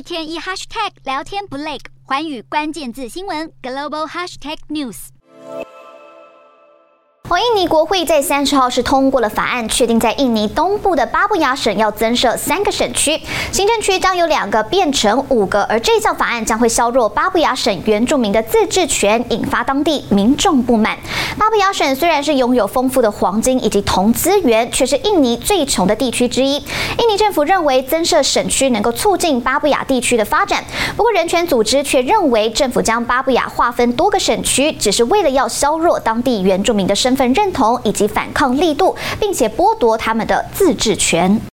天一 hashtag 聊天不累，寰宇关键字新闻 global hashtag news。 印尼国会在30号是通过了法案，确定在印尼东部的巴布亚省要增设3个省区，行政区将由2个变成5个，而这项法案将会削弱巴布亚省原住民的自治权，引发当地民众不满。巴布亚省虽然是拥有丰富的黄金以及铜资源，却是印尼最穷的地区之一。印尼政府认为增设省区能够促进巴布亚地区的发展，不过人权组织却认为政府将巴布亚划分多个省区，只是为了要削弱当地原住民的身份认同以及反抗力度，并且剥夺他们的自治权。